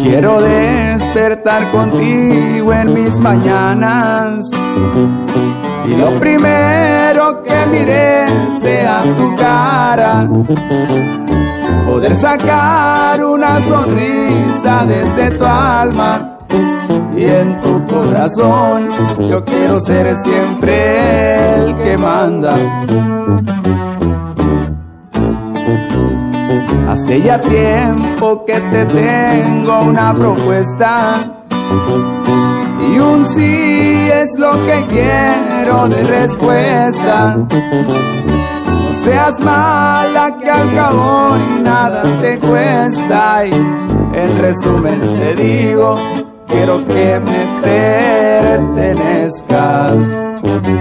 Quiero despertar contigo en mis mañanas y lo primero que miré sea tu cara, poder sacar una sonrisa desde tu alma y en tu corazón. Yo quiero ser siempre el que manda. Hace ya tiempo que te tengo una propuesta y un sí es lo que quiero de respuesta. No seas mala que al cabo y nada te cuesta, y en resumen te digo, quiero que me pertenezcas.